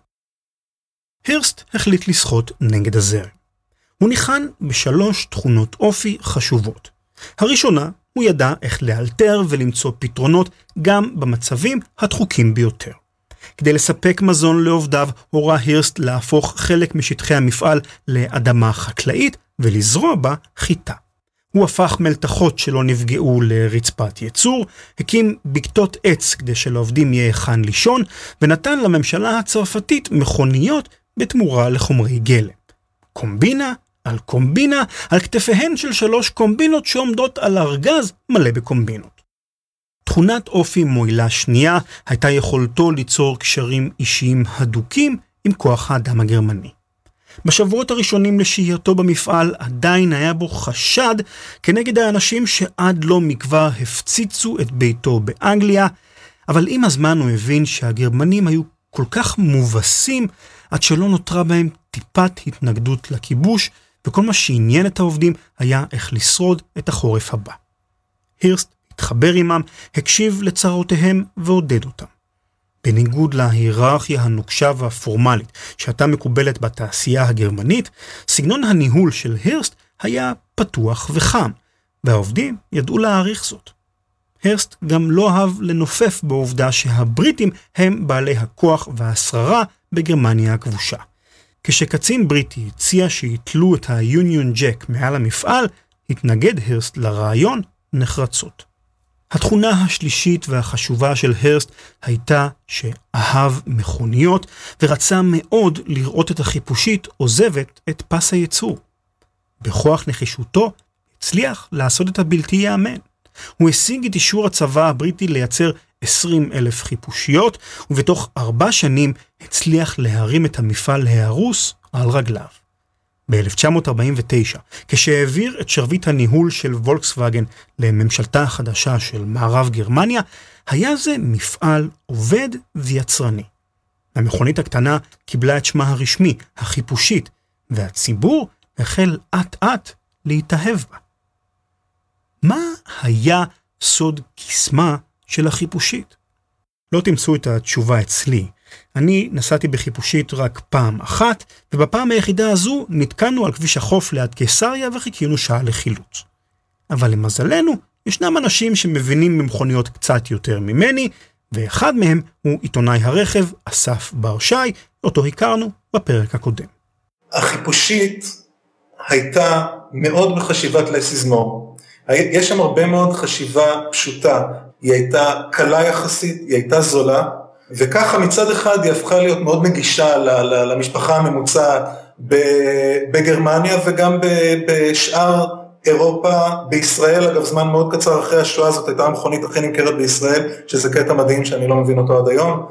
הרסט החליט לשחות נגד הזרם. הוא ניחן בשלוש תכונות אופי חשובות. הראשונה, הוא ידע איך לאלתר ולמצוא פתרונות גם במצבים הדחוקים ביותר. כדי לספק מזון לעובדיו, הורה הרסט להפוך חלק משטחי המפעל לאדמה חקלאית ולזרוע בה חיטה. הוא הפך מלתחות שלא נפגעו לרצפת ייצור, הקים בקתות עץ כדי שלעובדים יהיה היכן לישון, ונתן לממשלה הצרפתית מכוניות בתמורה לחומרי גלם. קומבינה על קומבינה, על כתפיהן של 3 קומבינות שעומדות על ארגז מלא בקומבינות. תכונת אופי מועילה שנייה הייתה יכולתו ליצור קשרים אישיים הדוקים עם כוח האדם הגרמני. בשבועות הראשונים לשהייתו במפעל עדיין היה בו חשד כנגד האנשים שעד לא מכבר הפציצו את ביתו באנגליה, אבל עם הזמן הוא הבין שהגרמנים היו כל כך מובסים עד שלא נותרה בהם טיפת התנגדות לכיבוש, וכל מה שעניין את העובדים היה איך לשרוד את החורף הבא. הרסט התחבר עמם, הקשיב לצרותיהם ועודד אותם. בניגוד להיררכיה הנוקשה והפורמלית שהייתה מקובלת בתעשייה הגרמנית, סגנון הניהול של הרסט היה פתוח וחם, והעובדים ידעו להעריך זאת. הרסט גם לא אהב לנופף בעובדה שהבריטים הם בעלי הכוח והשררה בגרמניה הכבושה. כשקצין בריטי הציע שיתלו את היוניון ג'ק מעל המפעל, התנגד הרסט לרעיון נחרצות. התכונה השלישית והחשובה של הרסט הייתה שאהב מכוניות ורצה מאוד לראות את החיפושית עוזבת את פס הייצור. בכוח נחישותו הצליח לעשות את הבלתי יאמן. הוא השיג את אישור הצבא הבריטי לייצר 20,000 חיפושיות, ובתוך 4 שנים הצליח להרים את המפעל להרוס על רגליו. ב-1949, כשהעביר את שרביט הניהול של וולקסווגן לממשלתה החדשה של מערב גרמניה, היה זה מפעל עובד ויצרני. המכונית הקטנה קיבלה את שמה הרשמי, החיפושית, והציבור החל אט-אט להתאהב בה. מה היה סוד קסמה של החיפושית? לא תמצאו את התשובה אצלי. אני נסעתי בחיפושית רק פעם אחת, ובפעם היחידה הזו נתקענו על כביש החוף ליד קיסריה וחיכינו שעה לחילוץ. אבל למזלנו, ישנם אנשים שמבינים במכוניות קצת יותר ממני, ואחד מהם הוא עיתונאי הרכב אסף בר שי, אותו הכרנו בפרק הקודם. החיפושית הייתה מאוד בחשיבת לסיזמור. יש שם הרבה מאוד חשיבה פשוטה. היא הייתה קלה יחסית, היא הייתה זולה, וככה מצד אחד היא הפכה להיות מאוד נגישה למשפחה הממוצעת בגרמניה וגם בשאר אירופה. בישראל, אגב, זמן מאוד קצר אחרי השואה, זאת הייתה המכונית הכי נמכרת בישראל, שזה קטע מדהים שאני לא מבין אותו עד היום,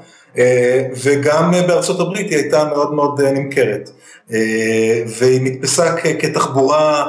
וגם בארצות הברית היא הייתה מאוד מאוד נמכרת, והיא נתפסה כתחבורה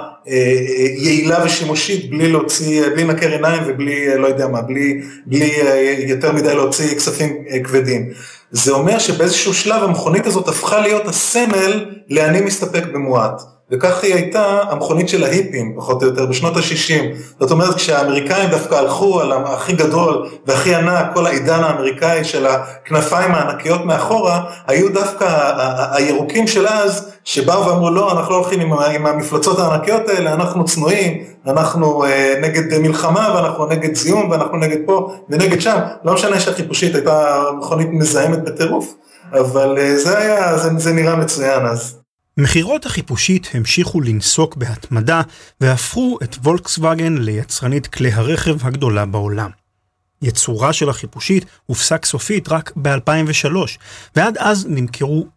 יעילה ושימושית, בלי נקר עיניים ובלי, לא יודע מה, בלי יותר מדי להוציא כספים כבדים. זה אומר שבאיזשהו שלב המכונית הזאת הפכה להיות הסמל לאני מסתפק במועט. וכך היא הייתה המכונית של ההיפים, פחות או יותר, בשנות ה-60. זאת אומרת, כשהאמריקאים דווקא הלכו על הכי גדול והכי ענק, כל העידן האמריקאי של הכנפיים הענקיות מאחורה, היו דווקא הירוקים של אז, שבאו ואמרו, לא, אנחנו לא הולכים עם המפלצות הענקיות האלה, אנחנו צנועים, אנחנו נגד מלחמה, ואנחנו נגד זיום, ואנחנו נגד פה ונגד שם. לא משנה שהחיפושית הייתה מכונית מזהמת בטירוף, אבל זה נראה מצוין אז. מחירות החיפושית המשיכו לנסוק בהתמדה והפכו את וולקסווגן ליצרנית כלי הרכב הגדולה בעולם. יצורה של החיפושית הופסק סופית רק ב-2003, ועד אז נמכרו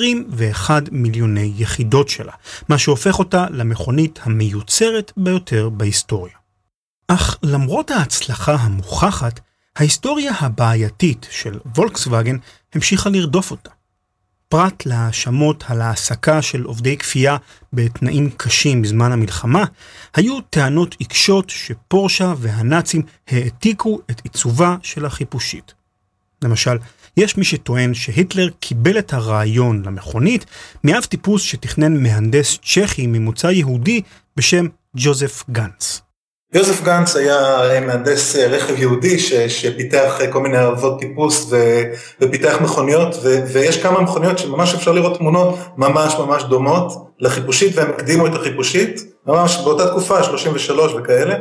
21 מיליוני יחידות שלה, מה שהופך אותה למכונית המיוצרת ביותר בהיסטוריה. אך למרות ההצלחה המוכחת, ההיסטוריה הבעייתית של וולקסווגן המשיכה לרדוף אותה. פרט להאשמות על העסקה של עובדי כפייה בתנאים קשים בזמן המלחמה, היו טענות עיקשות שפורשה והנאצים העתיקו את עיצובה של החיפושית. למשל, יש מי שטוען שהיטלר קיבל את הרעיון למכונית מאב טיפוס שתכנן מהנדס צ'כי ממוצא יהודי בשם ג'וזף גנץ. יוזף גנץ היה מהנדס רכב יהודי שפיתח כל מיני אבות טיפוס ופיתח מכוניות, ויש כמה מכוניות שממש אפשר לראות תמונות ממש דומות לחיפושית, והם הקדימו את החיפושית, ממש באותה תקופה, 33 וכאלה.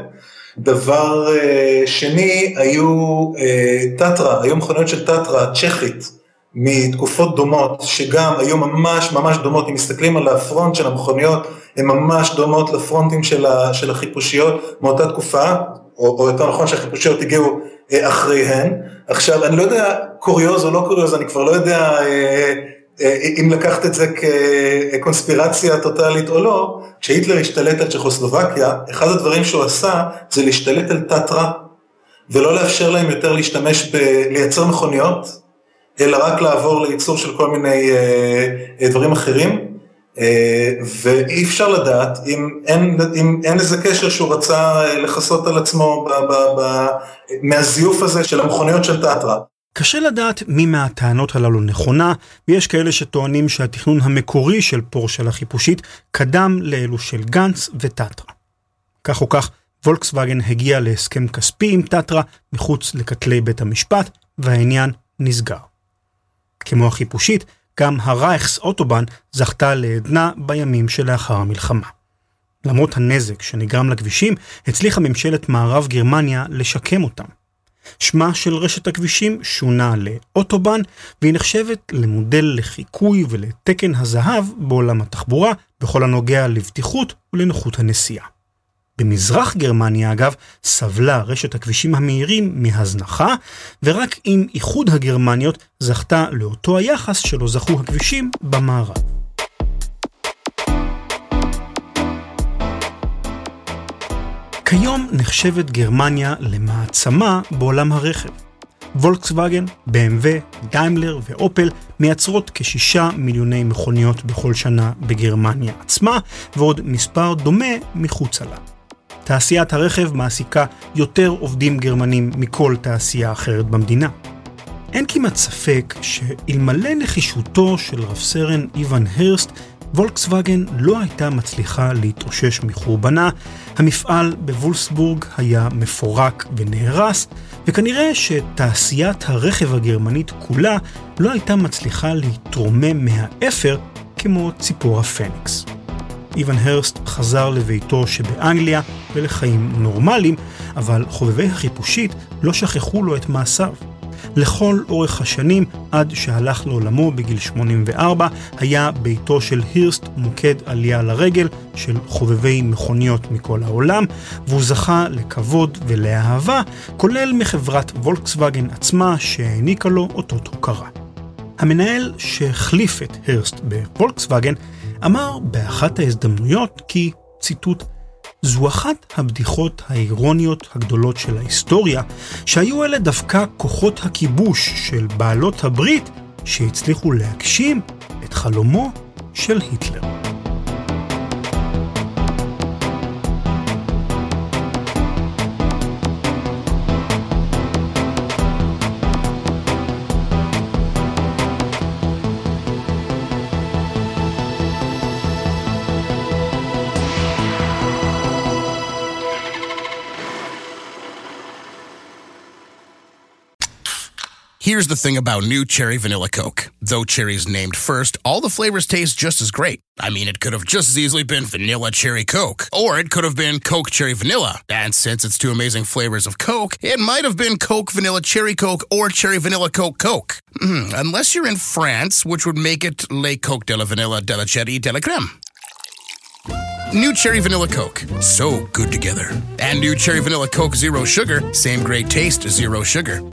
דבר שני, היו מכוניות של טטרה צ'כית, מתקופות דומות, שגם היו ממש דומות. אם מסתכלים על הפרונט של המכוניות, הן ממש דומות לפרונטים של החיפושיות מאותה תקופה, או יותר נכון שהחיפושיות הגיעו אחריהן. עכשיו, אני לא יודע קוריוז או לא קוריוז, אני כבר לא יודע אם לקחת את זה כקונספירציה טוטלית או לא. כשהיטלר השתלט על צ'כוסלובקיה, אחד הדברים שהוא עשה זה להשתלט על טטרה, ולא לאפשר להם יותר לייצר מכוניות, אלא רק לעבור לייצור של כל מיני דברים אחרים, ואי אפשר לדעת אם אין איזה קשר שהוא רצה לחסות על עצמו מהזיוף הזה של המכוניות של טטרה. קשה לדעת מי מהטענות הללו נכונה, ויש כאלה שטוענים שהתכנון המקורי של פורשה לחיפושית קדם לאלו של גנץ וטטרה. כך או כך, וולקסווגן הגיע להסכם כספי עם טטרה מחוץ לכתלי בית המשפט, והעניין נסגר. כמו החיפושית, גם הרייכס אוטובן זכתה לעדנה בימים שלאחר המלחמה. למרות הנזק שנגרם לכבישים, הצליחה ממשלת מערב גרמניה לשקם אותם. שמה של רשת הכבישים שונה לאוטובן, והיא נחשבת למודל לחיקוי ולתקן הזהב בעולם התחבורה, בכל הנוגע לבטיחות ולנוחות הנסיעה. במזרח גרמניה, אגב, סבלה רשת הכבישים המהירים מהזנחה, ורק עם איחוד הגרמניות זכתה לאותו היחס שלו זכו הכבישים במערב. כיום נחשבת גרמניה למעצמה בעולם הרכב. וולקסווגן, BMW, דיימלר ואופל מייצרות כ6 מיליוני מכוניות בכל שנה בגרמניה עצמה, ועוד מספר דומה מחוצה לה. תעשיית הרכב מעסיקה יותר עובדים גרמנים מכל תעשייה אחרת במדינה. אין כמעט ספק שאלמלא נחישותו של רב סרן איוון הרסט, וולקסווגן לא הייתה מצליחה להתאושש מחורבנה, המפעל בוולסבורג היה מפורק ונהרס, וכנראה שתעשיית הרכב הגרמנית כולה לא הייתה מצליחה להתרומם מהאפר כמו ציפור הפניקס. איוון הרסט חזר לביתו שבאנגליה ולחיים נורמליים, אבל חובבי החיפושית לא שכחו לו את מעשיו. לכל אורך השנים, עד שהלך לעולמו בגיל 84, היה ביתו של הרסט מוקד עלייה לרגל של חובבי מכוניות מכל העולם, והוא זכה לכבוד ולאהבה, כולל מחברת וולקסווגן עצמה שהעניקה לו אותות הוקרה. המנהל שהחליף את הרסט בוולקסווגן אמר באחת ההזדמנויות כי, ציטוט, זו אחת הבדיחות האירוניות הגדולות של ההיסטוריה, שהיו אלה דווקא כוחות הכיבוש של בעלות הברית שהצליחו להגשים את חלומו של היטלר. Here's the thing about new Cherry Vanilla Coke. Though cherry's named first, all the flavors taste just as great. I mean, it could have just as easily been Vanilla Cherry Coke, or it could have been Coke Cherry Vanilla. And since it's two amazing flavors of Coke, it might have been Coke Vanilla Cherry Coke or Cherry Vanilla Coke Coke. Unless you're in France, which would make it Le Coke de la Vanilla de la Cherry de la Crème. New Cherry Vanilla Coke, so good together. And new Cherry Vanilla Coke Zero Sugar, same great taste, zero sugar.